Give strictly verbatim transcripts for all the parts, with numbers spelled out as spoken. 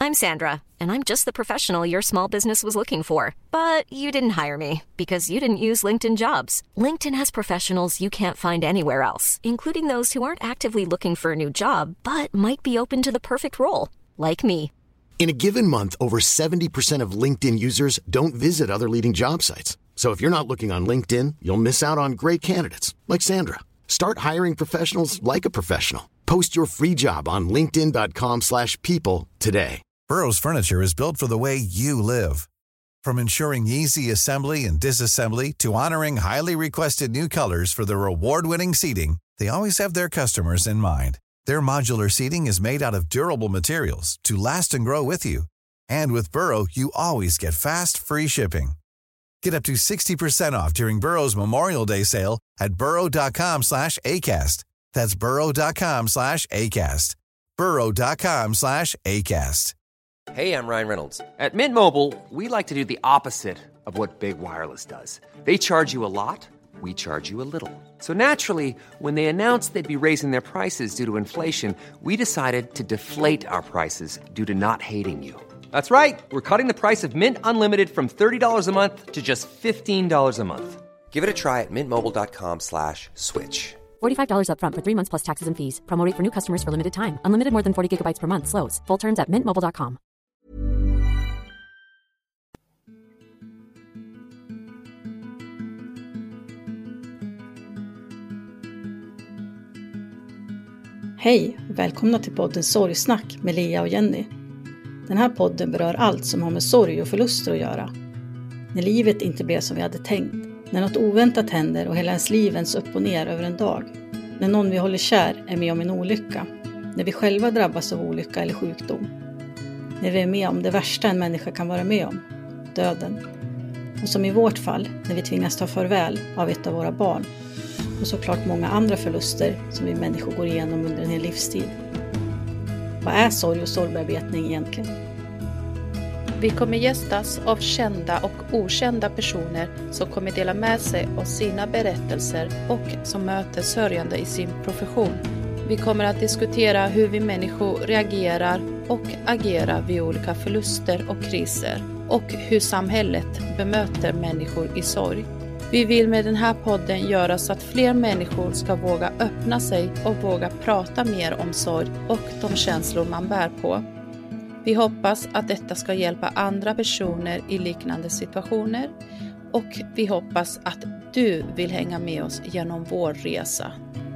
I'm Sandra, and I'm just the professional your small business was looking for. But you didn't hire me because you didn't use LinkedIn Jobs. LinkedIn has professionals you can't find anywhere else, including those who aren't actively looking for a new job, but might be open to the perfect role, like me. In a given month, over seventy percent of LinkedIn users don't visit other leading job sites. So if you're not looking on LinkedIn, you'll miss out on great candidates like Sandra. Start hiring professionals like a professional. Post your free job on linkedin dot com slash people today. Burrow's furniture is built for the way you live. From ensuring easy assembly and disassembly to honoring highly requested new colors for their award-winning seating, they always have their customers in mind. Their modular seating is made out of durable materials to last and grow with you. And with Burrow, you always get fast, free shipping. Get up to sixty percent off during Burrow's Memorial Day sale at burrow dot com slash ACAST. That's burrow dot com slash ACAST. burrow dot com slash ACAST. Hey, I'm Ryan Reynolds. At Mint Mobile, we like to do the opposite of what Big Wireless does. They charge you a lot, we charge you a little. So naturally, when they announced they'd be raising their prices due to inflation, we decided to deflate our prices due to not hating you. That's right. We're cutting the price of Mint Unlimited from thirty dollars a month to just fifteen dollars a month. Give it a try at mintmobile.com slash switch. forty-five dollars up front for three months plus taxes and fees. Promo rate for new customers for limited time. Unlimited more than forty gigabytes per month. Slows full terms at mint mobile dot com. Hej och välkomna till podden Sorgsnack med Lea och Jenny. Den här podden berör allt som har med sorg och förluster att göra. När livet inte blev som vi hade tänkt. När något oväntat händer och hela ens liv vänds upp och ner över en dag. När någon vi håller kär är med om en olycka. När vi själva drabbas av olycka eller sjukdom. När vi är med om det värsta en människa kan vara med om. Döden. Och som i vårt fall, när vi tvingas ta farväl av ett av våra barn. Och såklart många andra förluster som vi människor går igenom under en hel livstid. Vad är sorg och sorgbearbetning egentligen? Vi kommer gästas av kända och okända personer som kommer dela med sig av sina berättelser och som möter sörjande i sin profession. Vi kommer att diskutera hur vi människor reagerar och agerar vid olika förluster och kriser och hur samhället bemöter människor i sorg. Vi vill med den här podden göra så att fler människor ska våga öppna sig och våga prata mer om sorg och de känslor man bär på. Vi hoppas att detta ska hjälpa andra personer i liknande situationer och vi hoppas att du vill hänga med oss genom vår resa.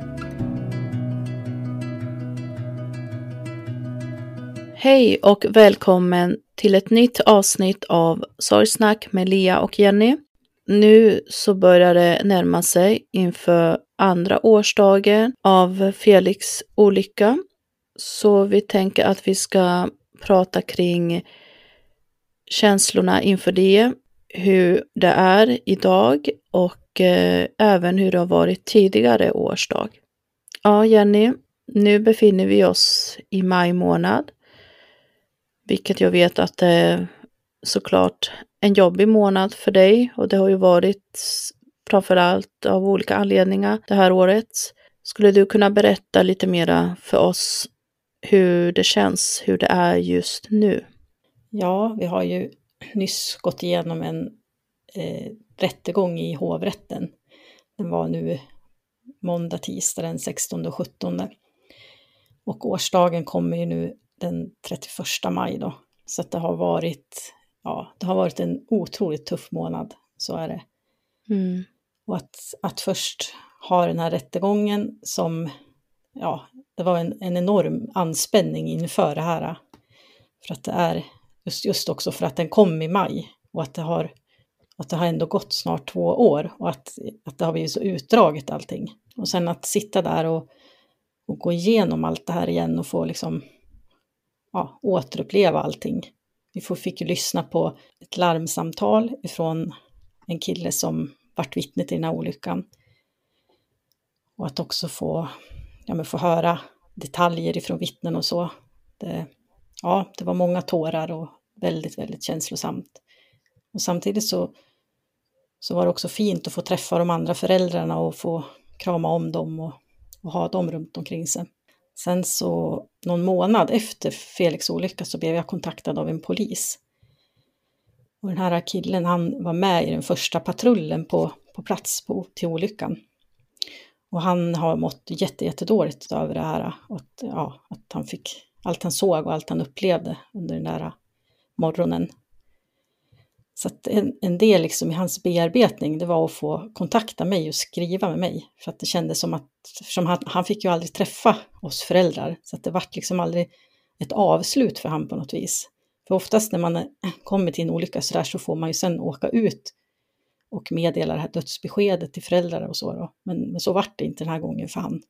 Hej och välkommen till ett nytt avsnitt av Sorgsnack med Lea och Jenny. Nu så börjar det närma sig inför andra årsdagen av Felix olycka. Så vi tänker att vi ska prata kring känslorna inför det, hur det är idag och eh, även hur det har varit tidigare årsdag. Ja, Jenny, nu befinner vi oss i maj månad, vilket jag vet att det är såklart en jobbig månad för dig och det har ju varit framförallt av olika anledningar det här året. Skulle du kunna berätta lite mera för oss hur det känns, hur det är just nu? Ja, vi har ju nyss gått igenom en eh, rättegång i hovrätten. Den var nu måndag, tisdag den sextonde och sjuttonde. Och årsdagen kommer ju nu den trettioförsta maj då. Så att det har varit, ja, det har varit en otroligt tuff månad, så är det. Mm. Och att, att först ha den här rättegången som, ja, det var en, en enorm anspänning inför det här. För att det är, just, just också för att den kom i maj. Och att det har, att det har ändå gått snart två år. Och att, att det har blivit så utdraget allting. Och sen att sitta där och, och gå igenom allt det här igen och få liksom, ja, återuppleva allting. Vi får, fick ju lyssna på ett larmsamtal ifrån en kille som vart vittne till den här olyckan. Och att också få, ja, men få höra detaljer ifrån vittnen och så. Det, ja, det var många tårar och väldigt, väldigt känslosamt. Och samtidigt så, så var det också fint att få träffa de andra föräldrarna och få krama om dem och, och ha dem runt omkring sig. Sen så någon månad efter Felix olycka så blev jag kontaktad av en polis. Och den här killen, han var med i den första patrullen på, på plats på, till olyckan. Och han har mått jätte, jättedåligt över det här. Att, ja, att han fick allt han såg och allt han upplevde under den där morgonen. Så att en, en del liksom i hans bearbetning, det var att få kontakta mig och skriva med mig. För att det kändes som att, som han, han fick ju aldrig träffa oss föräldrar. Så att det var liksom aldrig ett avslut för han på något vis. För oftast när man kommer till en olycka så där så får man ju sen åka ut och meddela det här dödsbeskedet till föräldrar och så då. Men, men så var det inte den här gången för han.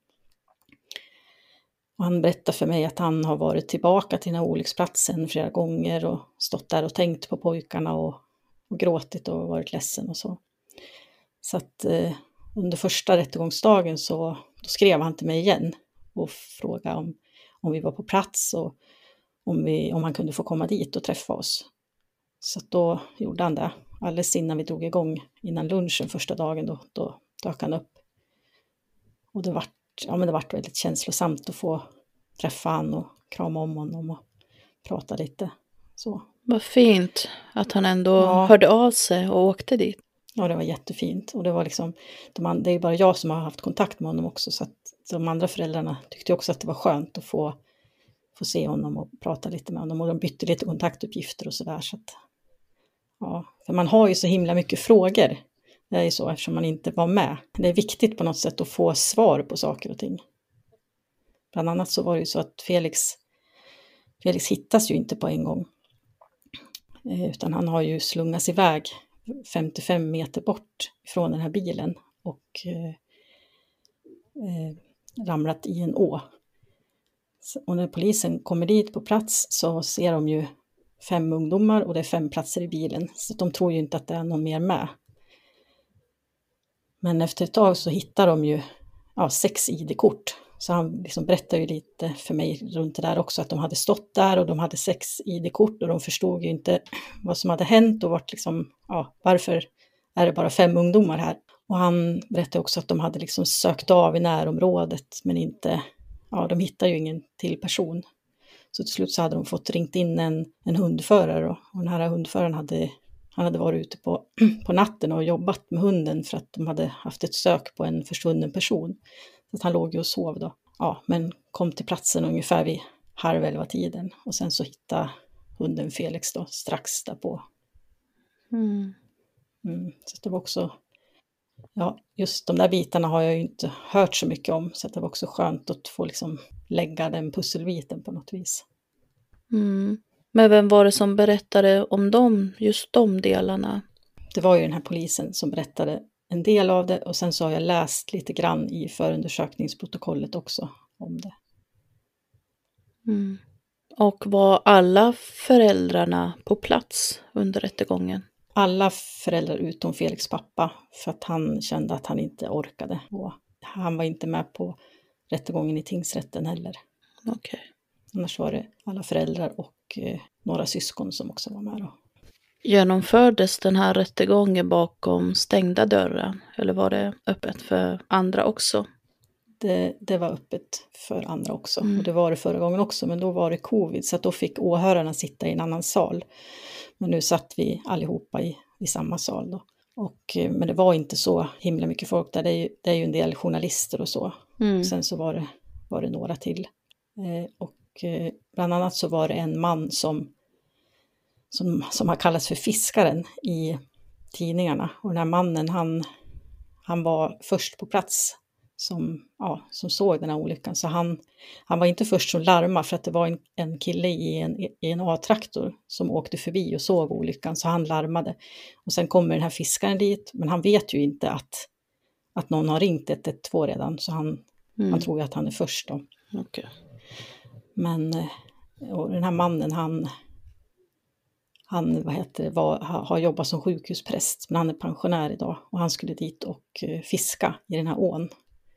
Och han berättade för mig att han har varit tillbaka till den här olycksplatsen flera gånger och stått där och tänkt på pojkarna och, och gråtit och varit ledsen och så. Så att eh, under första rättegångsdagen så då skrev han till mig igen och frågade om, om vi var på plats och om, vi, om han kunde få komma dit och träffa oss. Så att då gjorde han det. Alldeles innan vi drog igång, innan lunchen första dagen, då, då dök han upp. Och det var, ja, men det var väldigt känslosamt att få träffa han och krama om honom och prata lite. Så. Vad fint att han ändå Ja. hörde av sig och åkte dit. Ja, det var jättefint. Och det var liksom, de, det är bara jag som har haft kontakt med honom också. Så att de andra föräldrarna tyckte också att det var skönt att få, få se honom och prata lite med honom. Och de bytte lite kontaktuppgifter och sådär. Så att, ja, för man har ju så himla mycket frågor. Det är ju så eftersom man inte var med. Det är viktigt på något sätt att få svar på saker och ting. Bland annat så var det ju så att Felix, Felix hittas ju inte på en gång. Eh, utan han har ju slungats iväg femtiofem meter bort från den här bilen och eh, eh, ramlat i en å. Och när polisen kommer dit på plats så ser de ju fem ungdomar och det är fem platser i bilen. Så de tror ju inte att det är någon mer med. Men efter ett tag så hittar de ju ja, sex I D-kort. Så han liksom berättar ju lite för mig runt det där också att de hade stått där och de hade sex I D-kort och de förstod ju inte vad som hade hänt och vart liksom, ja, varför är det bara fem ungdomar här. Och han berättade också att de hade liksom sökt av i närområdet men inte, ja, de hittar ju ingen till person. Så till slut så hade de fått ringt in en, en hundförare och, och den här hundföraren hade, han hade varit ute på, på natten och jobbat med hunden för att de hade haft ett sök på en försvunnen person. Så att han låg ju och sov då. Ja, men kom till platsen ungefär vid halv elva tiden och sen så hittade hunden Felix då strax därpå. Mm. Mm, så det var också, ja, just de där bitarna har jag ju inte hört så mycket om så det var också skönt att få liksom lägga den pusselbiten på något vis. Mm. Men vem var det som berättade om dem, just de delarna? Det var ju den här polisen som berättade en del av det och sen så har jag läst lite grann i förundersökningsprotokollet också om det. Mm. Och var alla föräldrarna på plats under rättegången? Alla föräldrar utom Felix pappa för att han kände att han inte orkade. Och han var inte med på rättegången i tingsrätten heller. Okej. Okay. Annars var det alla föräldrar och eh, några syskon som också var med då. Genomfördes den här rättegången bakom stängda dörrar eller var det öppet för andra också? Det, det var öppet för andra också Mm. och det var det förra gången också men då var det covid så att då fick åhörarna sitta i en annan sal. Men nu satt vi allihopa i, i samma sal då. Och, men det var inte så himla mycket folk där, det är ju, det är ju en del journalister och så. Mm. Sen så var det, var det några till. Eh, och eh, bland annat så var det en man som Som, som har kallats för fiskaren i tidningarna. Och den här mannen, han, han var först på plats som, ja, som såg den här olyckan. Så han, han var inte först som larmade för att det var en, en kille i en, i en A-traktor som åkte förbi och såg olyckan. Så han larmade. Och sen kommer den här fiskaren dit. Men han vet ju inte att, att någon har ringt ett ett två redan. Så han, Mm. han tror ju att han är först då. Okay. Men och den här mannen, han... Han vad heter det, var, har jobbat som sjukhuspräst men han är pensionär idag och han skulle dit och eh, fiska i den här ån.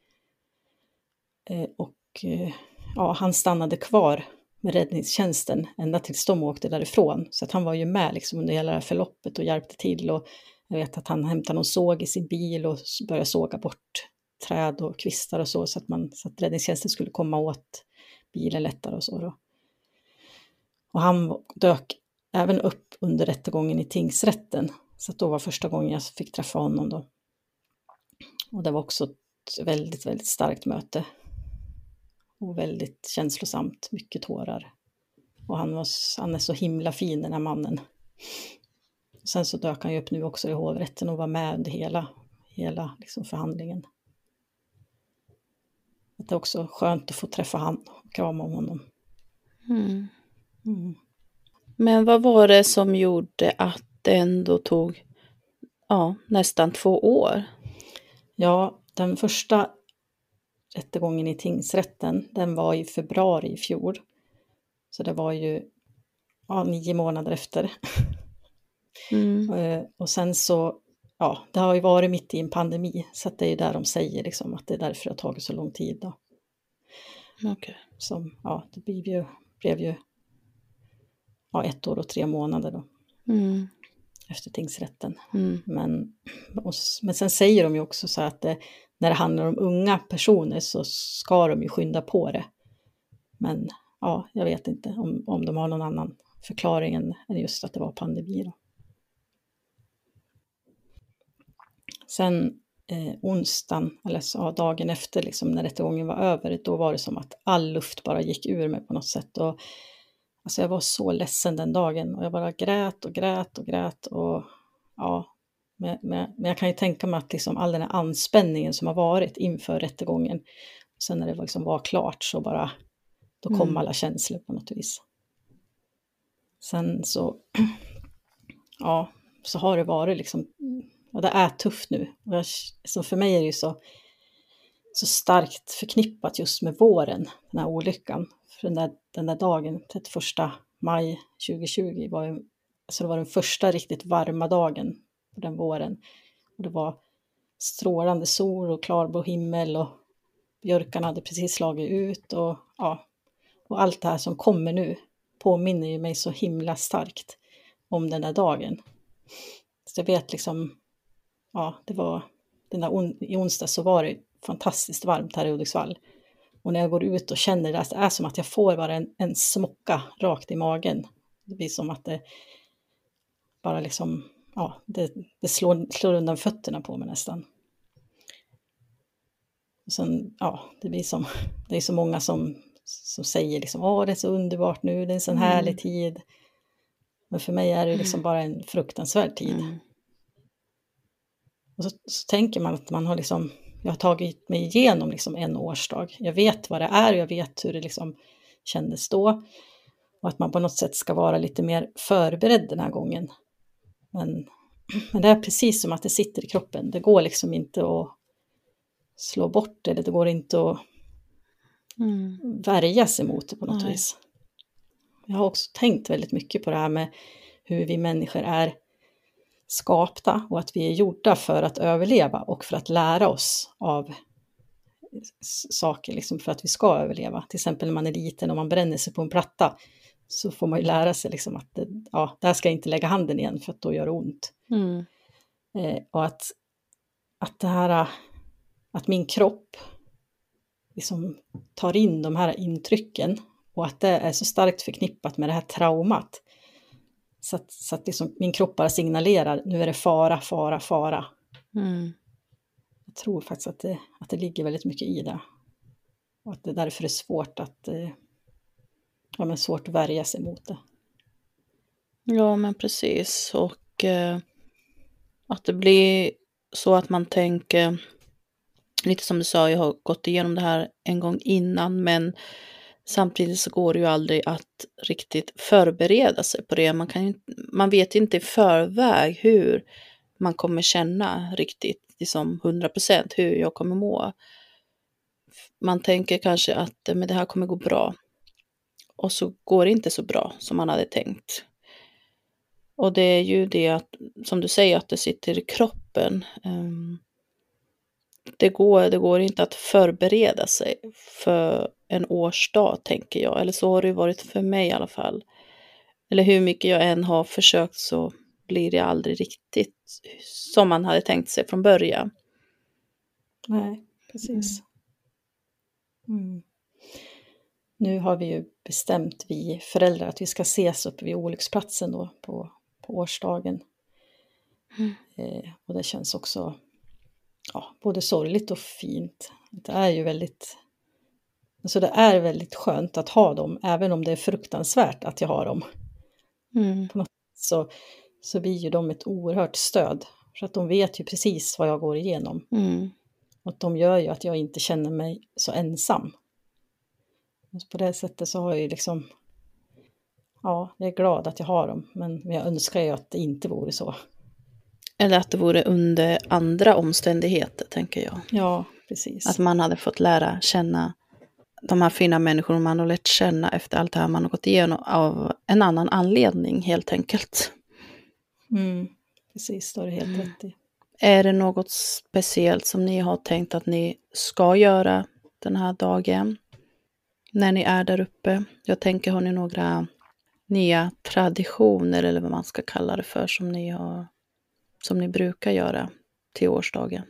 Eh, och eh, ja, han stannade kvar med räddningstjänsten ända tills de åkte därifrån. Så att han var ju med liksom under hela det här förloppet och hjälpte till. Och jag vet att han hämtade någon såg i sin bil och började såga bort träd och kvistar och så. Så att, man, så att räddningstjänsten skulle komma åt bilen lättare och så då. Och han dök även upp under rättegången i tingsrätten. Så att då var första gången jag fick träffa honom då. Och det var också ett väldigt, väldigt starkt möte. Och väldigt känslosamt, mycket tårar. Och han, var, han är så himla fin, den här mannen. Sen så dök han ju upp nu också i hovrätten och var med under hela, hela liksom förhandlingen. Det är också skönt att få träffa han och krama om honom. Mm. Mm. Men vad var det som gjorde att det ändå tog ja, nästan två år? Ja, den första rättegången i tingsrätten, den var i februari i fjol. Så det var ju ja, nio månader efter. Mm. Och sen så, ja, det har ju varit mitt i en pandemi. Så att det är ju där de säger liksom, att det är därför det har tagit så lång tid då. Okay. Som, ja, det blev ju, blev ju ja, ett år och tre månader då. Mm. Efter tingsrätten. Mm. Men, och, men sen säger de ju också så att det, när det handlar om unga personer så ska de ju skynda på det. Men ja, jag vet inte om, om de har någon annan förklaring än just att det var pandemi då. Sen eh, onsdagen, eller så, dagen efter liksom, när rättegången var över, då var det som att all luft bara gick ur mig på något sätt. Och, alltså jag var så ledsen den dagen och jag bara grät och grät och grät. Och, ja, men, men, men jag kan ju tänka mig att liksom, all den här anspänningen som har varit inför rättegången, och sen när det liksom var klart så bara, då kom Mm. alla känslor på något vis. Sen så, ja, så har det varit liksom, ja, det är tufft nu. Och jag, så för mig är det ju så, så starkt förknippat just med våren, den här olyckan. För den där, den där dagen, trettioförsta maj tjugohundratjugo, var ju, alltså det var den första riktigt varma dagen på den våren. Och det var strålande sol och klarblå himmel och björkarna hade precis slagit ut. Och, ja, och allt det här som kommer nu påminner ju mig så himla starkt om den där dagen. Så jag vet liksom, ja, det var den där on, i onsdag så var det fantastiskt varmt här i Hudiksvall. Och när jag går ut och känner det, det är som att jag får bara en, en smocka rakt i magen. Det blir som att det bara liksom, ja, det, det slår, slår undan fötterna på mig nästan. Och sen, ja, det blir som, det är så många som, som säger liksom, åh, det är så underbart nu, det är en sån härlig Mm. tid. Men för mig är det liksom bara en fruktansvärd tid. Mm. Och så, så tänker man att man har liksom, jag har tagit mig igenom liksom en årsdag. Jag vet vad det är och jag vet hur det liksom kändes då. Och att man på något sätt ska vara lite mer förberedd den här gången. Men, men det är precis som att det sitter i kroppen. Det går liksom inte att slå bort det. Det går inte att Mm. värja sig mot det på något Nej. vis. Jag har också tänkt väldigt mycket på det här med hur vi människor är skapta och att vi är gjorda för att överleva och för att lära oss av s- saker liksom för att vi ska överleva. Till exempel när man är liten och man bränner sig på en platta så får man ju lära sig liksom att det, ja, där ska jag inte lägga handen igen för att då gör det ont. Mm. Eh, och att, att det här, att min kropp liksom tar in de här intrycken och att det är så starkt förknippat med det här traumat. Så att, så att liksom min kropp bara signalerar, nu är det fara, fara, fara. Mm. Jag tror faktiskt att det, att det ligger väldigt mycket i det. Och att det därför är svårt att, eh, ja, men svårt att värja sig mot det. Ja, men precis. Och eh, att det blir så att man tänker, lite som du sa, jag har gått igenom det här en gång innan, men samtidigt så går det ju aldrig att riktigt förbereda sig på det. Man, kan ju, man vet inte i förväg hur man kommer känna riktigt, liksom hundra procent hur jag kommer må. Man tänker kanske att men det här kommer gå bra. Och så går det inte så bra som man hade tänkt. Och det är ju det att, som du säger, att det sitter i kroppen. Um, det, går, det går inte att förbereda sig för en årsdag, tänker jag. Eller så har det varit för mig i alla fall. Eller hur mycket jag än har försökt så blir det aldrig riktigt som man hade tänkt sig från början. Nej, precis. Mm. nu har vi ju bestämt, vi föräldrar, att vi ska ses uppe vid olycksplatsen då på, på årsdagen. Mm. Eh, och det känns också ja, både sorgligt och fint. Det är ju väldigt, alltså det är väldigt skönt att ha dem, även om det är fruktansvärt att jag har dem. Mm. På något sätt så, så blir ju de ett oerhört stöd. För att de vet ju precis vad jag går igenom. Mm. Och de gör ju att jag inte känner mig så ensam. Och på det sättet så har jag ju liksom, ja, jag är glad att jag har dem. Men jag önskar ju att det inte vore så. Eller att det vore under andra omständigheter, tänker jag. Ja, precis. Att man hade fått lära känna de här fina människorna man har lärt känna efter allt det här man har gått igenom av en annan anledning, helt enkelt. Mm, precis, då är det helt mm. rätt i. Är det något speciellt som ni har tänkt att ni ska göra den här dagen? När ni är där uppe? Jag tänker, har ni några nya traditioner eller vad man ska kalla det för som ni har, som ni brukar göra till årsdagen?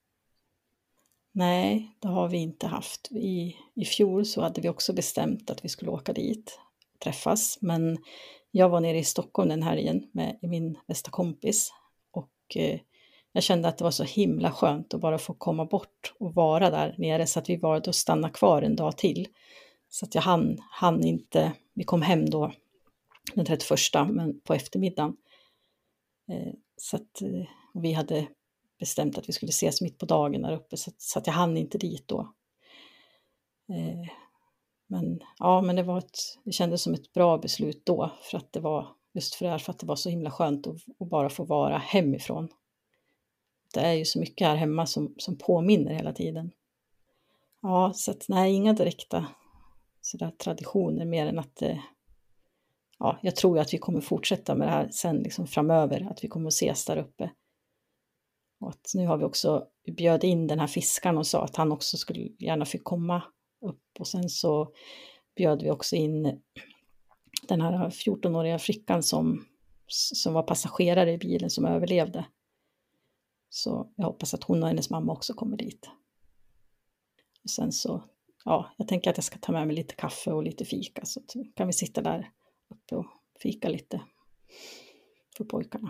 Nej, det har vi inte haft. I, I fjol så hade vi också bestämt att vi skulle åka dit och träffas. Men jag var nere i Stockholm den helgen med min bästa kompis. Och eh, jag kände att det var så himla skönt att bara få komma bort och vara där nere. Så att vi var då stanna kvar en dag till. Så att jag hann, hann inte, vi kom hem då den trettioförsta men på eftermiddagen. Eh, så att eh, vi hade bestämt att vi skulle ses mitt på dagen där uppe. Så, så att jag hann inte dit då. Eh, men ja, men det var ett, det kändes som ett bra beslut då. För att det var, just för det här, för att det var så himla skönt att, att bara få vara hemifrån. Det är ju så mycket här hemma som, som påminner hela tiden. Ja, så att nej, inga direkta sådär traditioner mer än att eh, ja, jag tror att vi kommer fortsätta med det här sen liksom framöver, att vi kommer att ses där uppe. Och att nu har vi också bjöd in den här fiskaren och sa att han också skulle gärna få komma upp. Och sen så bjöd vi också in den här fjortonåriga flickan som, som var passagerare i bilen som överlevde. Så jag hoppas att hon och hennes mamma också kommer dit. Och sen så, ja, jag tänker att jag ska ta med mig lite kaffe och lite fika. Så kan vi sitta där uppe och fika lite för pojkarna.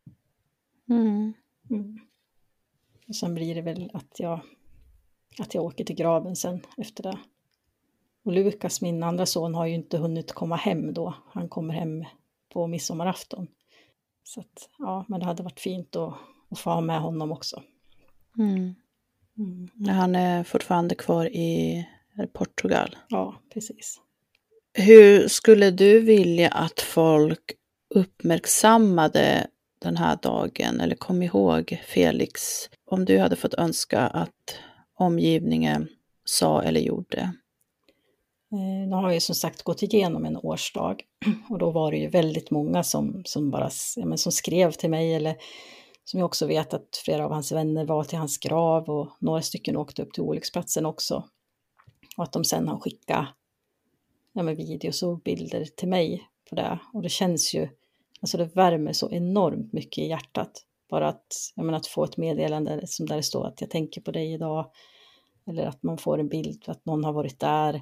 Mm. Mm. Och sen blir det väl att jag, att jag åker till graven sen efter det. Och Lukas, min andra son, har ju inte hunnit komma hem då. Han kommer hem på midsommarafton. Så att, ja, men det hade varit fint att, att få ha med honom också. Mm. Mm. Han är fortfarande kvar i Portugal. Ja, precis. Hur skulle du vilja att folk uppmärksammade den här dagen eller kom ihåg Felix, om du hade fått önska att omgivningen sa eller gjorde? Eh, nu har jag som sagt gått igenom en årsdag och då var det ju väldigt många som, som bara ja, men som skrev till mig, eller som jag också vet att flera av hans vänner var till hans grav och några stycken åkte upp till olycksplatsen också. Och att de sen har skickat ja, men videos och bilder till mig på det. Och det känns ju, alltså det värmer så enormt mycket i hjärtat. Bara att, jag menar, att få ett meddelande som där det står att jag tänker på dig idag. Eller att man får en bild att någon har varit där.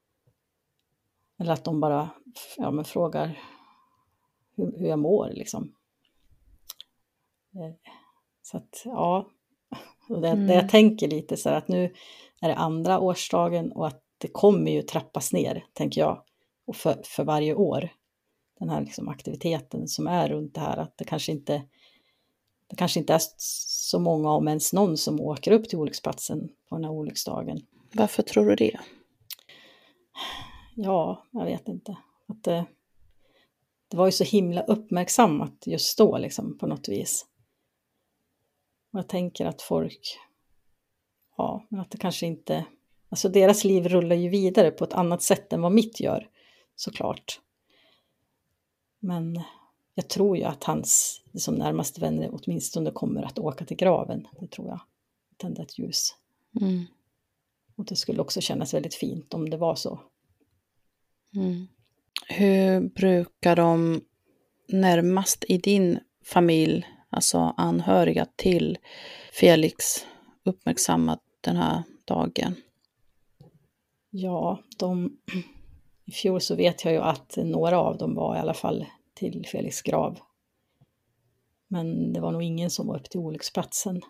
Eller att de bara ja, men frågar hur, hur jag mår liksom. Så att ja, och det, mm. det jag tänker lite så här att nu är det andra årsdagen och att det kommer ju trappas ner, tänker jag. Och för, för varje år. Den här liksom aktiviteten som är runt det här, att det kanske inte det kanske inte är så många, om ens någon, som åker upp till olycksplatsen på den här olycksdagen. Varför tror du det? Ja, jag vet inte. Att det, det var ju så himla uppmärksammat just då liksom på något vis. Och jag tänker att folk, ja, men att det kanske inte, alltså deras liv rullar ju vidare på ett annat sätt än vad mitt gör, såklart. Men jag tror ju att hans liksom, närmaste vänner åtminstone kommer att åka till graven, det tror jag. Tända ett ljus. Mm. Och det skulle också kännas väldigt fint om det var så. Mm. Hur brukar de närmast i din familj, alltså anhöriga till Felix, uppmärksamma den här dagen? Ja, de, i fjol så vet jag ju att några av dem var i alla fall till Felix grav. Men det var nog ingen som var upp till olycksplatsen.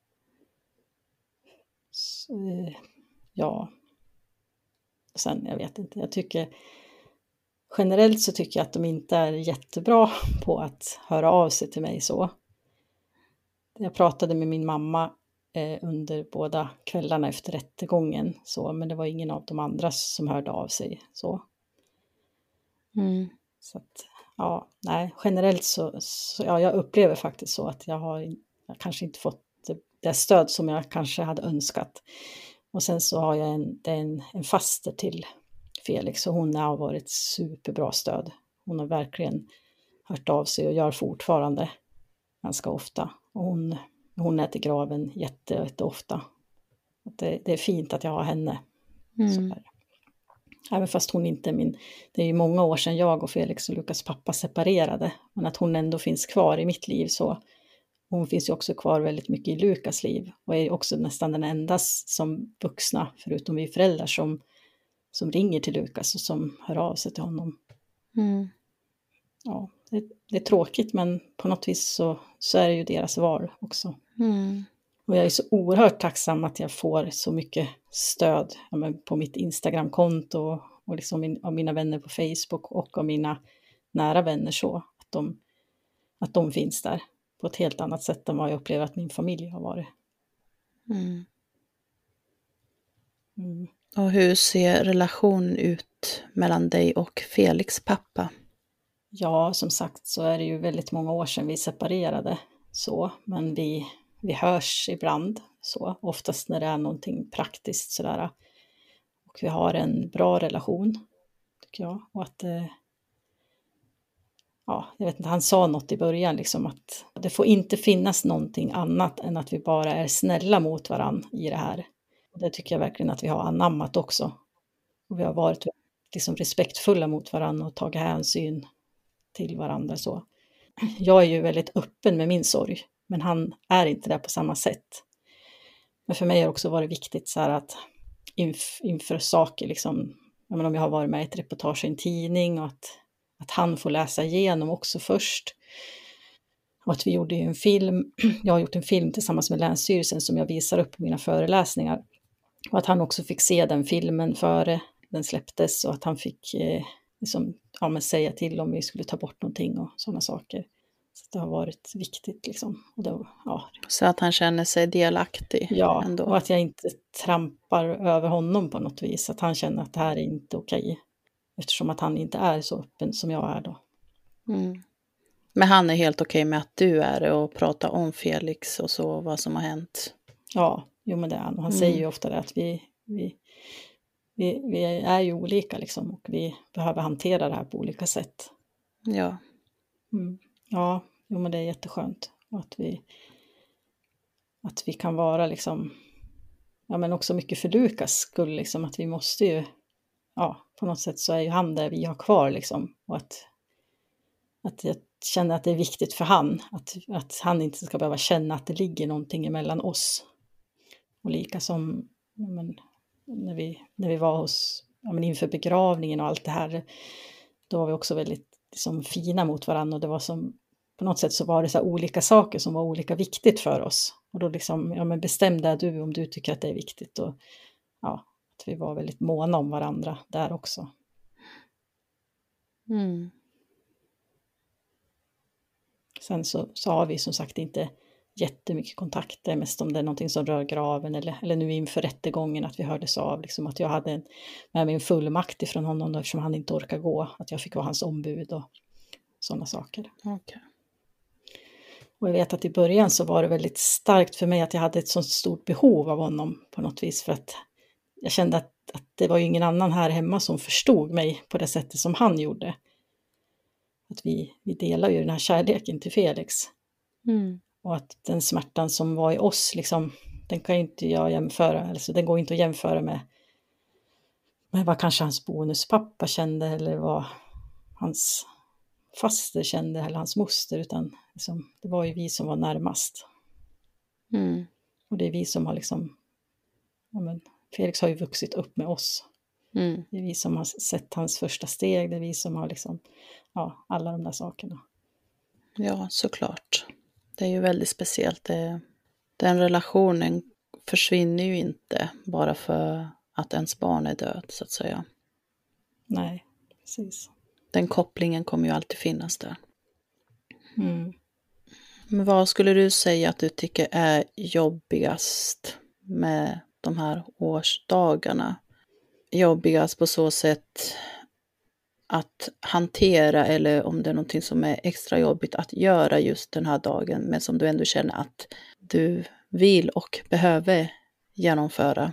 Så, ja. Sen, jag vet inte, jag tycker generellt så tycker jag att de inte är jättebra på att höra av sig till mig så. Jag pratade med min mamma eh, under båda kvällarna efter rättegången så, men det var ingen av de andra som hörde av sig så. Mm. Så att, ja, nej, generellt så, så ja, jag upplever faktiskt så att jag har jag kanske inte fått det, det stöd som jag kanske hade önskat. Och sen så har jag en, en, en faster till Felix och hon har varit superbra stöd. Hon har verkligen hört av sig och gör fortfarande ganska ofta. Och hon, hon är till graven jätte, jätte ofta. Det, det är fint att jag har henne. Mm. Så här. Även fast hon inte är min, det är ju många år sedan jag och Felix och Lukas pappa separerade. Men att hon ändå finns kvar i mitt liv så. Hon finns ju också kvar väldigt mycket i Lukas liv. Och är också nästan den enda som vuxna, förutom vi föräldrar, som, som ringer till Lukas och som hör av sig till honom. Mm. Ja, det, det är tråkigt men på något vis så, så är det ju deras val också. Mm. Och jag är så oerhört tacksam att jag får så mycket stöd ja, men på mitt Instagramkonto och, och liksom min, av mina vänner på Facebook och av mina nära vänner så. Att de, att de finns där på ett helt annat sätt än vad jag upplever att min familj har varit. Mm. Mm. Och hur ser relationen ut mellan dig och Felix pappa? Ja, som sagt så är det ju väldigt många år sedan vi separerade så, men vi, vi hörs ibland så, oftast när det är någonting praktiskt sådär. Och vi har en bra relation, tycker jag. Och att, eh, ja, jag vet inte, han sa något i början liksom att det får inte finnas någonting annat än att vi bara är snälla mot varann i det här. Och det tycker jag verkligen att vi har anammat också. Och vi har varit liksom respektfulla mot varann och tagit hänsyn till varandra så. Jag är ju väldigt öppen med min sorg, men han är inte där på samma sätt. Men för mig har det också varit viktigt så här att inf- inför saker liksom, jag menar, om jag har varit med i ett reportage i en tidning och att, att han får läsa igenom också först. Och att vi gjorde ju en film, jag har gjort en film tillsammans med Länsstyrelsen som jag visar upp på mina föreläsningar. Och att han också fick se den filmen före den släpptes och att han fick eh, liksom, ja, men säga till om vi skulle ta bort någonting och sådana saker. Så det har varit viktigt liksom. Och då, ja. Så att han känner sig delaktig Ja, ändå. och att jag inte trampar över honom på något vis. Att han känner att det här är inte okej. Eftersom att han inte är så öppen som jag är då. Mm. Men han är helt okej med att du är det och pratar om Felix och så, vad som har hänt. Ja, jo men det är han. Och han Mm. säger ju ofta det att vi, vi, vi, vi är ju olika liksom. Och vi behöver hantera det här på olika sätt. Ja. Mm. Ja, jo men det är jätteskönt. Och att vi, att vi kan vara liksom, ja men också mycket för Lukas skull liksom. Att vi måste ju, ja på något sätt så är ju han där vi har kvar liksom. Och att, att jag känner att det är viktigt för han. Att, att han inte ska behöva känna att det ligger någonting emellan oss. Och lika som ja, men, när, vi, när vi var hos, ja, men inför begravningen och allt det här. Då var vi också väldigt liksom, fina mot varandra. Och det var som, på något sätt så var det så här olika saker som var olika viktigt för oss. Och då liksom, ja men bestämde du om du tycker att det är viktigt. Och ja, att vi var väldigt måna om varandra där också. Mm. Sen så, så har vi som sagt inte jättemycket kontakt. Det är mest om det är någonting som rör graven. Eller, eller nu inför rättegången att vi hördes av. Liksom att jag hade en, med mig en fullmakt ifrån honom då, eftersom han inte orkar gå. Att jag fick vara hans ombud och sådana saker. Okay. Och jag vet att i början så var det väldigt starkt för mig att jag hade ett så stort behov av honom på något vis. För att jag kände att, att det var ju ingen annan här hemma som förstod mig på det sättet som han gjorde. Att vi, vi delar ju den här kärleken till Felix. Mm. Och att den smärtan som var i oss, liksom, den kan ju inte jag jämföra. Alltså, den går inte att jämföra med, med vad kanske hans bonuspappa kände. Eller vad hans faster kände. Eller hans moster. Utan liksom, det var ju vi som var närmast. Mm. Och det är vi som har liksom... Ja men, Felix har ju vuxit upp med oss. Mm. Det är vi som har sett hans första steg, det är vi som har liksom, ja, alla de där sakerna. Ja, såklart. Det är ju väldigt speciellt. Det, den relationen försvinner ju inte bara för att ens barn är död, så att säga. Nej, precis. Den kopplingen kommer ju alltid finnas där. Mm. Men vad skulle du säga att du tycker är jobbigast med de här årsdagarna? Jobbigast på så sätt att hantera, eller om det är någonting som är extra jobbigt att göra just den här dagen, men som du ändå känner att du vill och behöver genomföra?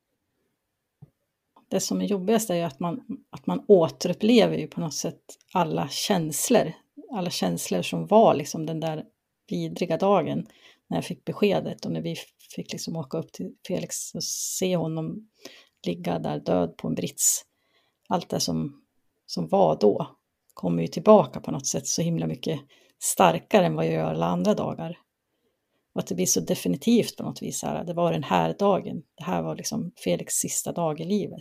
Det som är jobbigast är ju att man, att man återupplever ju på något sätt alla känslor. Alla känslor som var liksom den där vidriga dagen när jag fick beskedet och när vi fick liksom åka upp till Felix och se honom ligga där död på en brits. Allt det som, som var då kommer ju tillbaka på något sätt så himla mycket starkare än vad jag gör alla andra dagar. Och att det blir så definitivt på något vis här. Det var den här dagen. Det här var liksom Felix sista dag i livet.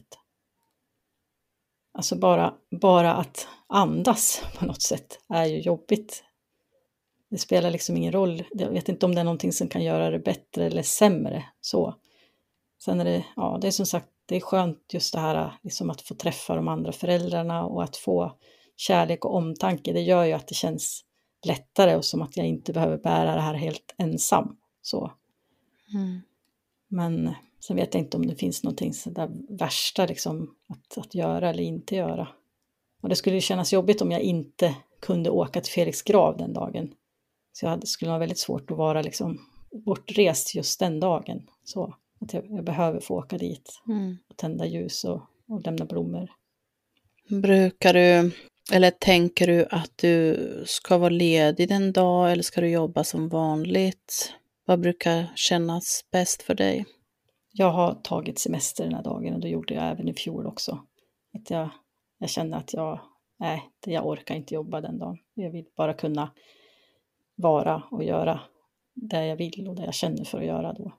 Alltså bara, bara att andas på något sätt är ju jobbigt. Det spelar liksom ingen roll. Jag vet inte om det är någonting som kan göra det bättre eller sämre. Så. Sen är det, ja, det är som sagt, det är skönt just det här liksom att få träffa de andra föräldrarna och att få kärlek och omtanke. Det gör ju att det känns lättare och som att jag inte behöver bära det här helt ensam. Så. Mm. Men sen vet jag inte om det finns någonting så där värsta liksom att, att göra eller inte göra. Och det skulle ju kännas jobbigt om jag inte kunde åka till Felix grav den dagen. Så jag hade, skulle ha väldigt svårt att vara liksom bortrest just den dagen. Så att jag, jag behöver få åka dit Mm. och tända ljus och, och lämna blommor. Brukar du, eller tänker du att du ska vara ledig den dag eller ska du jobba som vanligt? Vad brukar kännas bäst för dig? Jag har tagit semester den här dagen och det gjorde jag även i fjol också. Att jag, jag kände att jag, nej, jag orkar inte jobba den dagen. Jag vill bara kunna vara och göra det jag vill och det jag känner för att göra då.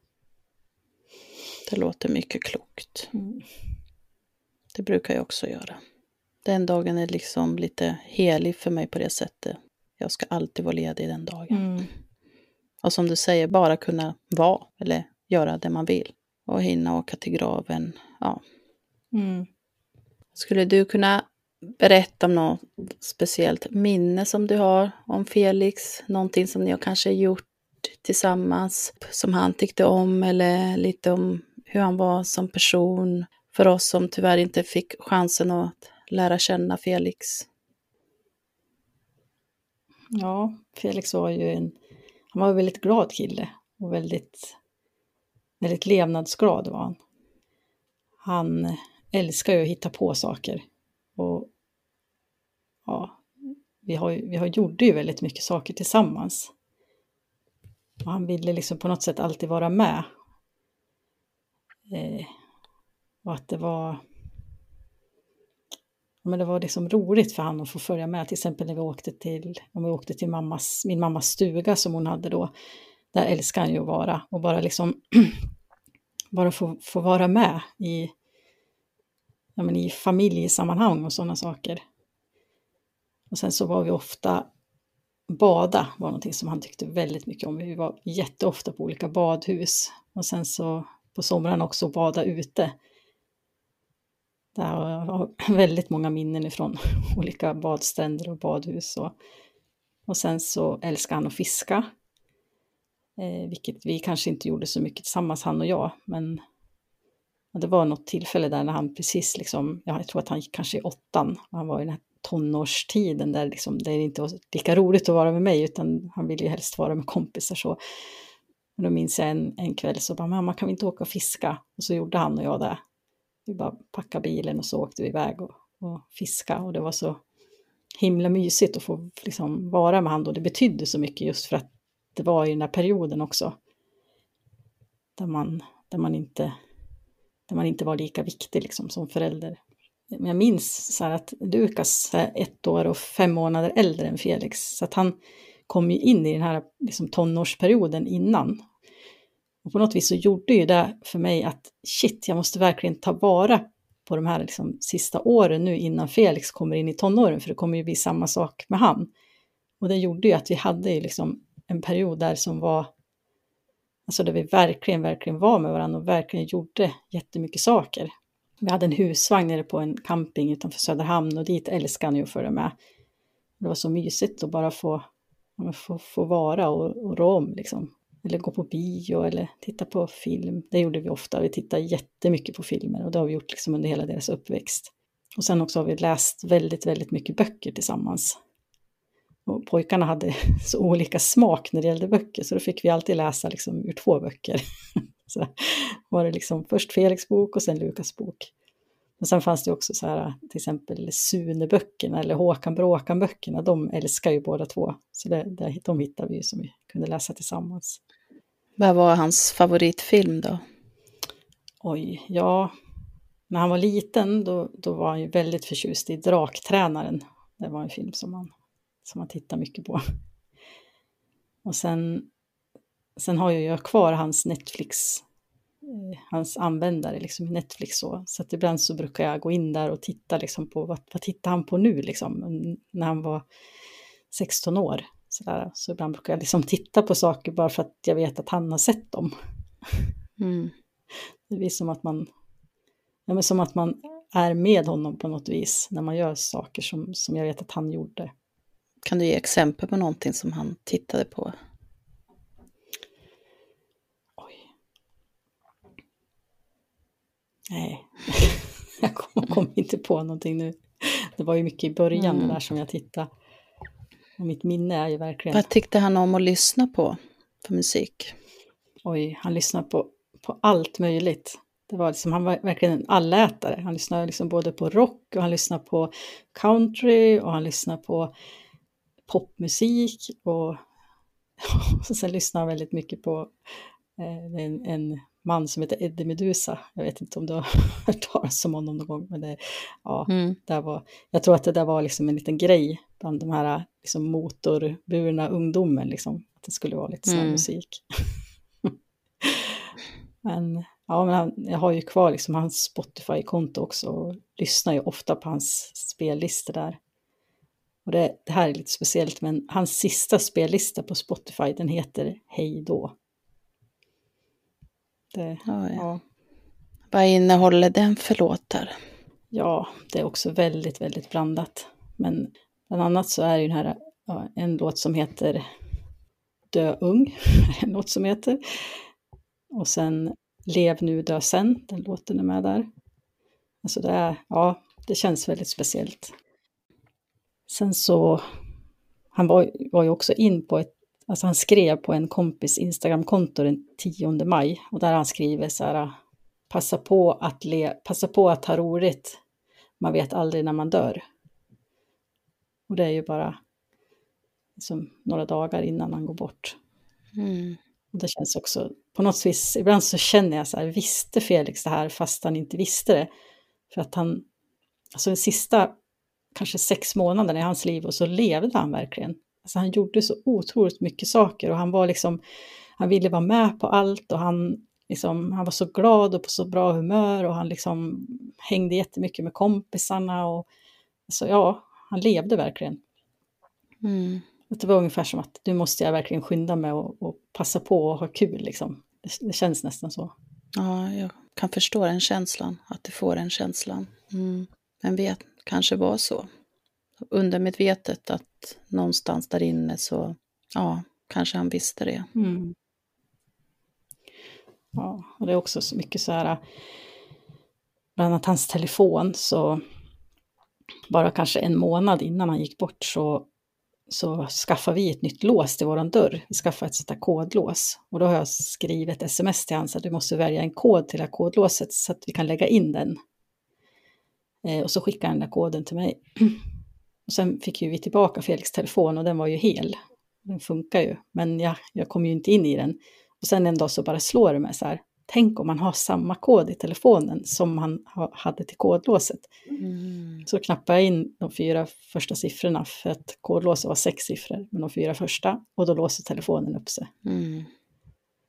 Det låter mycket klokt. Mm. Det brukar jag också göra. Den dagen är liksom lite helig för mig på det sättet. Jag ska alltid vara ledig den dagen. Mm. Och som du säger, bara kunna vara eller göra det man vill. Och hinna åka till graven. Ja. Mm. Skulle du kunna berätta om något speciellt minne som du har om Felix? Någonting som ni har kanske gjort tillsammans som han tyckte om, eller lite om hur han var som person för oss som tyvärr inte fick chansen att lära känna Felix? Ja, Felix var ju en, han var en väldigt glad kille och väldigt, väldigt levnadsglad var han. Han älskar ju att hitta på saker och ja, vi har, vi har gjorde ju väldigt mycket saker tillsammans. Och han ville liksom på något sätt alltid vara med. Eh, och att det var, men det var liksom roligt för han att få följa med. Till exempel när vi åkte till, om vi åkte till mammas, min mammas stuga som hon hade då. Där älskar han ju att vara. Och bara liksom, bara få, få vara med i, ja, men i familjesammanhang och sådana saker. Och sen så var vi ofta, bada var någonting som han tyckte väldigt mycket om. Vi var jätteofta på olika badhus. Och sen så på sommaren också bada ute. Det har väldigt många minnen ifrån olika badstränder och badhus. Och, och sen så älskar han att fiska. Eh, vilket vi kanske inte gjorde så mycket tillsammans, han och jag. Men ja, det var något tillfälle där när han precis liksom, ja, jag tror att han gick kanske i åttan. Han var i den här tonårstiden där liksom, det inte var lika roligt att vara med mig. Utan han ville ju helst vara med kompisar så. Men då minns jag en, en kväll så bara, mamma kan vi inte åka och fiska? Och så gjorde han och jag det. Vi bara packade bilen och så åkte vi iväg och, och fiska. Och det var så himla mysigt att få liksom vara med han då. Det betydde så mycket just för att det var i den här perioden också. Där man, där man, inte, där man inte var lika viktig liksom som förälder. Men jag minns så här att Lukas är ett år och fem månader äldre än Felix. Så att han kom ju in i den här liksom tonårsperioden innan. Och på något vis så gjorde ju det för mig att shit, jag måste verkligen ta vara på de här liksom sista åren nu innan Felix kommer in i tonåren, för det kommer ju bli samma sak med han. Och det gjorde ju att vi hade ju liksom en period där som var, alltså där vi verkligen, verkligen var med varandra och verkligen gjorde jättemycket saker. Vi hade en husvagn nere på en camping utanför Söderhamn och dit älskade han ju att följa med. Det var så mysigt att bara få, få, få vara och, och rå om liksom. Eller gå på bio eller titta på film. Det gjorde vi ofta. Vi tittade jättemycket på filmer och det har vi gjort liksom under hela deras uppväxt. Och sen också har vi läst väldigt, väldigt mycket böcker tillsammans. Och pojkarna hade så olika smak när det gällde böcker, så då fick vi alltid läsa liksom ur två böcker. Så var det liksom först Felix bok och sen Lukas bok. Men sen fanns det också så här, till exempel Sune-böckerna eller Håkan Bråkan-böckerna, de älskar ju båda två. Så det, det, de hittade vi ju som vi kunde läsa tillsammans. Vad var hans favoritfilm då? Oj, ja. När han var liten då, då var han ju väldigt förtjust i Draktränaren. Det var en film som man, som man tittar mycket på. Och sen, sen har jag ju kvar hans Netflix, eh, hans användare liksom i Netflix. Så, så att ibland så brukar jag gå in där och titta liksom på vad, vad tittar han på nu liksom, när han var sexton år. Så, där. Så ibland brukar jag liksom titta på saker bara för att jag vet att han har sett dem. Mm. Det är som att man, ja, men som att man är med honom på något vis när man gör saker som, som jag vet att han gjorde. Kan du ge exempel på någonting som han tittade på? Oj. Nej, jag kom, kom inte på någonting nu. Det var ju mycket i början mm. där som jag tittade. Och mitt minne är ju verkligen... Vad tyckte han om att lyssna på för musik? Oj, han lyssnade på, på allt möjligt. Det var liksom, han var verkligen en allätare. Han lyssnade liksom både på rock och han lyssnade på country och han lyssnade på popmusik. Och, och sen lyssnade han väldigt mycket på eh, en, en man som heter Eddie Meduza. Jag vet inte om du har hört talas om honom någon gång. Men det, ja, mm. det var, jag tror att det där var liksom en liten grej bland de här liksom motorburna ungdomen. Liksom, att det skulle vara lite sån mm. musik. Men, ja, men han, jag har ju kvar liksom hans Spotify-konto också och lyssnar ju ofta på hans spellistor där. Och det, det här är lite speciellt, men hans sista spellista på Spotify, den heter Hej då. Det, ja, ja. Ja. Vad innehåller den för låtar? Ja, det är också väldigt, väldigt blandat. Men bland annat så är det ju den här, ja, en låt som heter Dö ung, en låt som heter. Och sen Lev nu, dö sen, den låten är med där. Alltså det är, ja, det känns väldigt speciellt. Sen så, han var, var ju också in på ett, alltså han skrev på en kompis Instagram-konto den tionde maj. Och där han skriver så här, passa på att, le, passa på att ha roligt, man vet aldrig när man dör. Och det är ju bara liksom några dagar innan han går bort. Mm. Och det känns också, på något vis, ibland så känner jag så här, visste Felix det här fast han inte visste det? För att han, alltså de sista kanske sex månaderna i hans liv och så levde han verkligen. Alltså han gjorde så otroligt mycket saker och han var liksom, han ville vara med på allt och han, liksom, han var så glad och på så bra humör och han liksom hängde jättemycket med kompisarna och så ja, han levde verkligen. Mm. Det var ungefär som att nu måste jag verkligen skynda mig och, och passa på att ha kul liksom. Det, det känns nästan så. Ja, jag kan förstå den känslan, att du får den känslan. Mm. Men vet, kanske var så. Undermedvetet att någonstans där inne så, ja, kanske han visste det. Mm. Ja, och det är också så mycket så här, bland annat hans telefon, så bara kanske en månad innan han gick bort så så skaffade vi ett nytt lås till våran dörr. Vi skaffade ett sånt där kodlås. Och då har jag skrivit ett sms till han så att du måste välja en kod till det här kodlåset så att vi kan lägga in den. Eh, och så skickade han den där koden till mig. Och sen fick ju vi tillbaka Felix telefon och den var ju hel. Den funkar ju. Men ja, jag kom ju inte in i den. Och sen en dag så bara slår det mig så här. Tänk om man har samma kod i telefonen som han hade till kodlåset. Mm. Så knappade jag in de fyra första siffrorna för att kodlåset var sex siffror. Men de fyra första. Och då låser telefonen upp sig. Mm.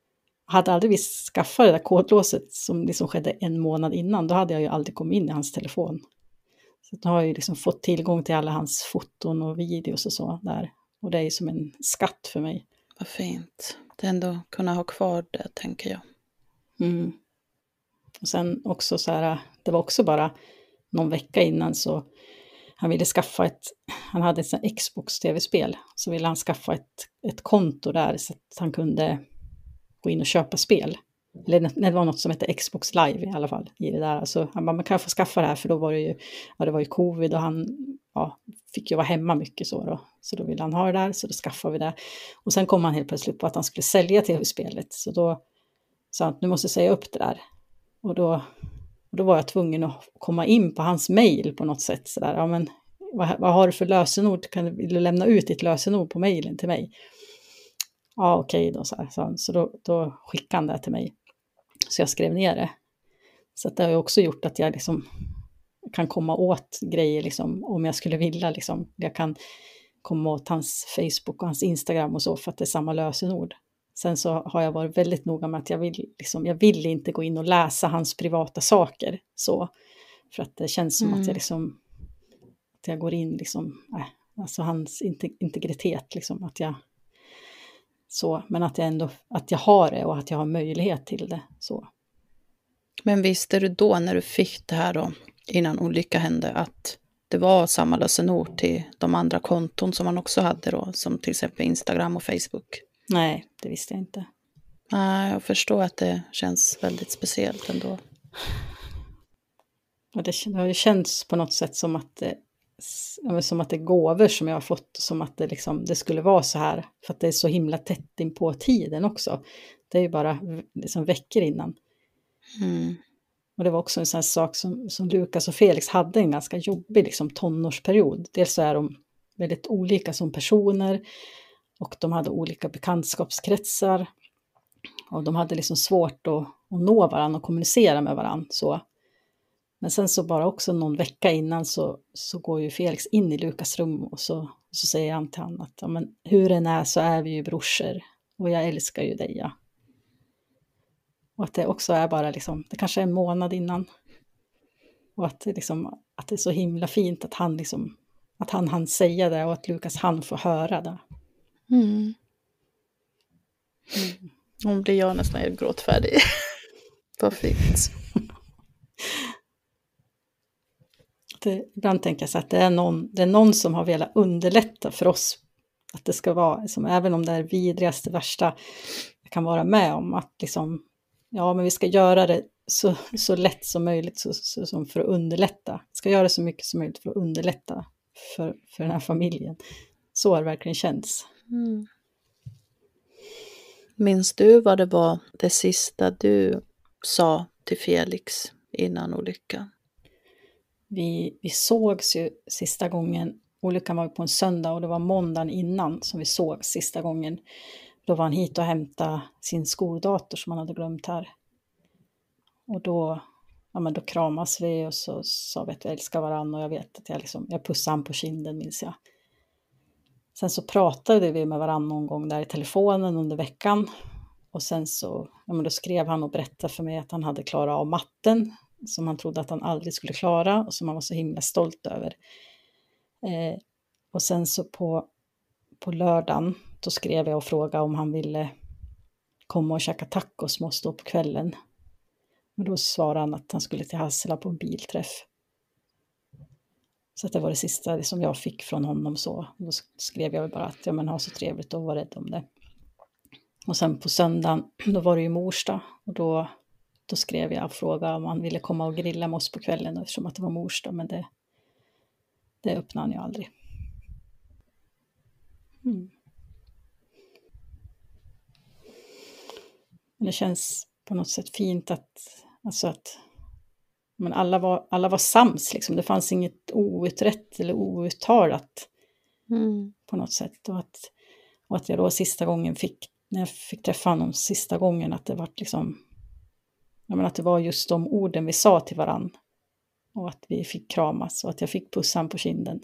hade aldrig vi skaffat det där kodlåset som liksom skedde en månad innan, då hade jag ju aldrig kommit in i hans telefon. Så då har jag ju liksom fått tillgång till alla hans foton och videos och så där. Och det är ju som en skatt för mig. Vad fint. Det är ändå kunna ha kvar det, tänker jag. Mm. Och sen också så här, det var också bara någon vecka innan så han ville skaffa ett, han hade ett sånt Xbox-tv-spel, så ville han skaffa ett, ett konto där så att han kunde gå in och köpa spel. Eller det var något som hette Xbox Live i alla fall i det där. Så han bara, man kan få skaffa det här för då var det ju, ja, det var ju covid och han ja, fick ju vara hemma mycket så då. Så då ville han ha det där, så då skaffade vi det. Och sen kom han helt plötsligt på att han skulle sälja tv-spelet. Så då sa han att nu måste jag säga upp det där. Och då, och då var jag tvungen att komma in på hans mejl på något sätt. Så där, ja men vad, vad har du för lösenord? Kan du, vill du lämna ut ditt lösenord på mejlen till mig? Ja okej okay då, så, här, så, så då, då skickade han det till mig. Så jag skrev ner det. Så att det har ju också gjort att jag liksom kan komma åt grejer liksom, om jag skulle vilja. Liksom. Jag kan komma åt hans Facebook och hans Instagram och så för att det är samma lösenord. Sen så har jag varit väldigt noga med att jag vill, liksom, jag vill inte gå in och läsa hans privata saker. Så, för att det känns som mm. att jag liksom, att jag går in liksom, äh, alltså hans integritet liksom, att jag så, men att jag ändå, att jag har det och att jag har möjlighet till det så. Men visste du då när du fick det här då, innan olycka hände, att det var samma lösenord till de andra konton som man också hade då, som till exempel Instagram och Facebook? Nej, det visste jag inte. Nej, jag förstår att det känns väldigt speciellt ändå. Och det, det har ju känts på något sätt som att det, som att det är gåvor som jag har fått, som att det, liksom, det skulle vara så här, för att det är så himla tätt in på tiden också. Det är ju bara liksom veckor innan. Mm. Och det var också en sån här sak som, som Lukas och Felix hade en ganska jobbig liksom, tonårsperiod. Dels så är de väldigt olika som personer och de hade olika bekantskapskretsar och de hade liksom svårt att, att nå varandra och kommunicera med varandra så. Men sen så bara också någon vecka innan så, så går ju Felix in i Lukas rum och så, så säger han till honom att ja, men hur den är så är vi ju brorsor och jag älskar ju dig. Ja. Och att det också är bara liksom, det kanske är en månad innan. Och att det, liksom, att det är så himla fint att han liksom, att han hann säga det och att Lukas han får höra det. Mm. Mm. Om blir jag nästan helt gråtfärdig. Vad fint. Det, ibland tänker jag så att det är, någon, det är någon som har velat underlätta för oss. Att det ska vara, liksom, även om det är vidrigaste, värsta jag kan vara med om. Att liksom, ja men vi ska göra det så, så lätt som möjligt så, så, som för att underlätta. Vi ska göra så mycket som möjligt för att underlätta för, för den här familjen. Så har det verkligen känts. Mm. Minns du vad det var det sista du sa till Felix innan olyckan? Vi, vi sågs ju sista gången, olyckan var på en söndag och det var måndagen innan som vi såg sista gången. Då var han hit och hämtade sin skoldator som han hade glömt här. Och då, ja, men då kramas vi och så sa vi att vi älskar varandra och jag vet att jag, liksom, jag pussade han på kinden minns jag. Sen så pratade vi med varandra någon gång där i telefonen under veckan. Och sen så, ja, men då skrev han och berättade för mig att han hade klarat av matten. Som han trodde att han aldrig skulle klara och som han var så himla stolt över. Eh, och sen så på, på lördagen då skrev jag och frågade om han ville komma och käka tacos med oss då på kvällen. Men då svarade han att han skulle till Hassela på en bilträff. Så att det var det sista som jag fick från honom så. Då skrev jag bara att ja, men ha så trevligt och var rädd om det. Och sen på söndagen då var det ju mors dag och då Då skrev jag och frågade om han ville komma och grilla med oss på kvällen eftersom att det var mors dag, men det, det öppnade han ju aldrig. Mm. Men det känns på något sätt fint att, alltså att men alla, var, alla var sams. Liksom. Det fanns inget outrätt eller outtalat mm. på något sätt. Och att, och att jag då sista gången fick, när jag fick träffa honom sista gången, att det var liksom Jag menar att det var just de orden vi sa till varann. Och att vi fick kramas och att jag fick pussa han på kinden.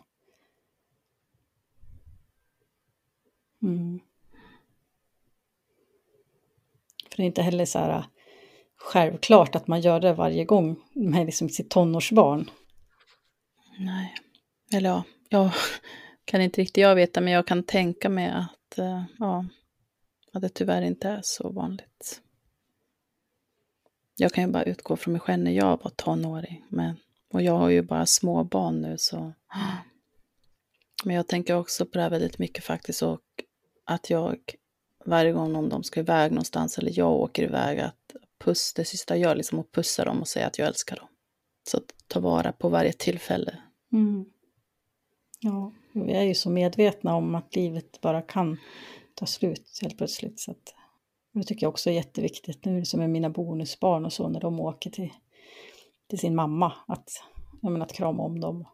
Mm. För det är inte heller så här självklart att man gör det varje gång med liksom sitt tonårsbarn. Nej, eller ja, jag kan inte riktigt jag veta, men jag kan tänka mig att, uh, ja, att det tyvärr inte är så vanligt. Jag kan ju bara utgå från mig själv när jag var tonåring, men, och jag har ju bara små barn nu så. Men jag tänker också på det här väldigt mycket faktiskt, och att jag varje gång om de ska iväg någonstans eller jag åker iväg, att puss, det sista jag gör liksom att pussa dem och säga att jag älskar dem. Så att ta vara på varje tillfälle. Mm. Ja, vi är ju så medvetna om att livet bara kan ta slut helt plötsligt. Så att, det tycker jag också är jätteviktigt nu som är mina bonusbarn och så när de åker till, till sin mamma. Att, jag menar, att krama om dem.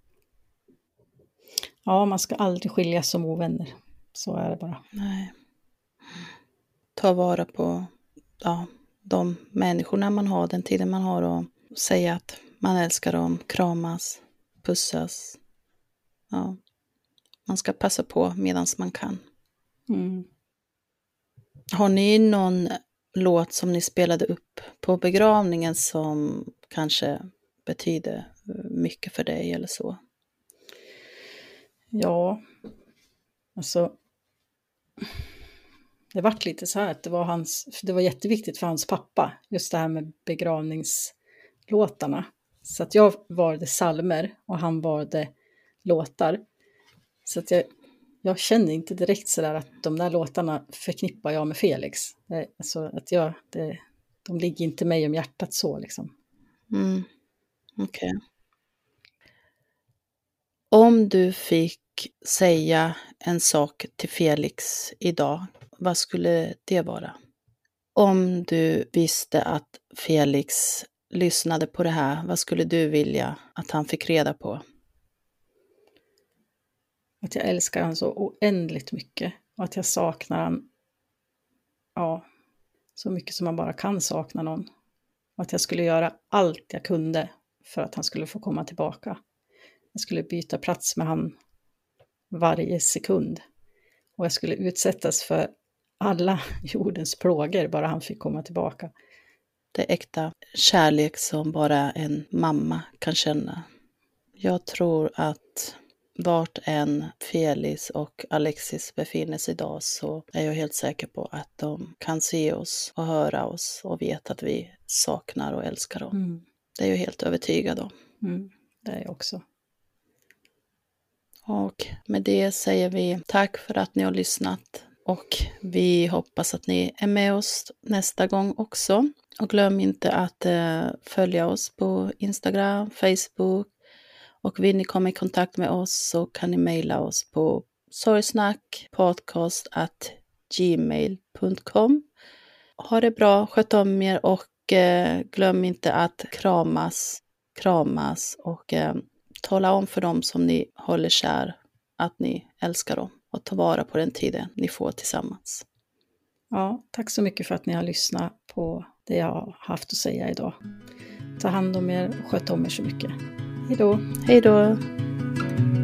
Ja, man ska aldrig skiljas som ovänner. Så är det bara. Nej. Ta vara på ja, de människorna man har, den tiden man har, och säga att man älskar dem, kramas, pussas. Ja. Man ska passa på medan man kan. Mm. Har ni någon låt som ni spelade upp på begravningen som kanske betyder mycket för dig eller så? Ja, alltså det var lite så här att det var, hans, det var jätteviktigt för hans pappa, just det här med begravningslåtarna. Så att jag valde salmer och han valde låtar. Så att jag, jag kände inte direkt så där att de där låtarna förknippar jag med Felix. Det, alltså att jag, det, de ligger inte mig om hjärtat så liksom. Mm. Okej. Okay. Om du fick säga en sak till Felix idag, vad skulle det vara? Om du visste att Felix lyssnade på det här, vad skulle du vilja att han fick reda på? Att jag älskar han så oändligt mycket. Och att jag saknar han, ja, så mycket som man bara kan sakna någon. Och att jag skulle göra allt jag kunde för att han skulle få komma tillbaka. Jag skulle byta plats med han varje sekund. Och jag skulle utsättas för alla jordens plågor bara han fick komma tillbaka. Det är äkta kärlek som bara en mamma kan känna. Jag tror att vart än Felix och Alexis befinner sig idag så är jag helt säker på att de kan se oss och höra oss och vet att vi saknar och älskar dem. Mm. Det är jag helt övertygad om. Mm, det är jag också. Och med det säger vi tack för att ni har lyssnat. Och vi hoppas att ni är med oss nästa gång också. Och glöm inte att eh, följa oss på Instagram, Facebook. Och vill ni komma i kontakt med oss så kan ni mejla oss på sorgsnackpodcast at gmail dot com. Ha det bra, sköt om er och eh, glöm inte att kramas, kramas och eh, tala om för dem som ni håller kär att ni älskar dem och ta vara på den tiden ni får tillsammans. Ja, tack så mycket för att ni har lyssnat på det jag har haft att säga idag. Ta hand om er och sköt om er så mycket. Hej då! Hej då!